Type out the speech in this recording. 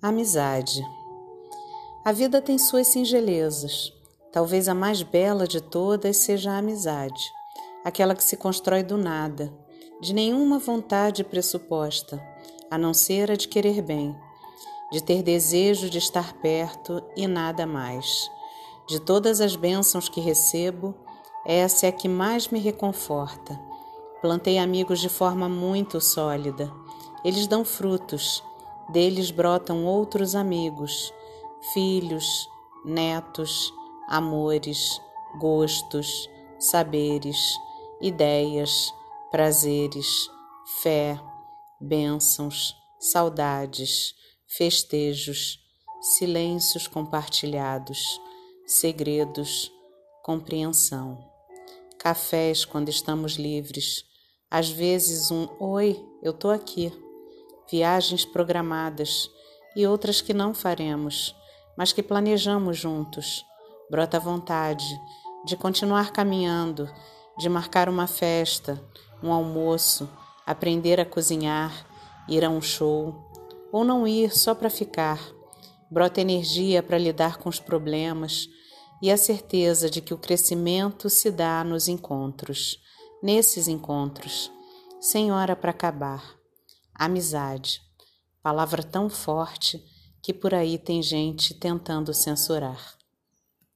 Amizade. A vida tem suas singelezas. Talvez a mais bela de todas seja a amizade, aquela que se constrói do nada, de nenhuma vontade pressuposta, a não ser a de querer bem, de ter desejo de estar perto e nada mais. De todas as bênçãos que recebo, essa é a que mais me reconforta. Plantei amigos de forma muito sólida. Eles dão frutos. Deles brotam outros amigos, filhos, netos, amores, gostos, saberes, ideias, prazeres, fé, bênçãos, saudades, festejos, silêncios compartilhados, segredos, compreensão. Cafés quando estamos livres, às vezes um "Oi, eu tô aqui", viagens programadas e outras que não faremos, mas que planejamos juntos. Brota a vontade de continuar caminhando, de marcar uma festa, um almoço, aprender a cozinhar, ir a um show, ou não ir só para ficar. Brota energia para lidar com os problemas e a certeza de que o crescimento se dá nos encontros, nesses encontros, sem hora para acabar. Amizade, palavra tão forte que por aí tem gente tentando censurar.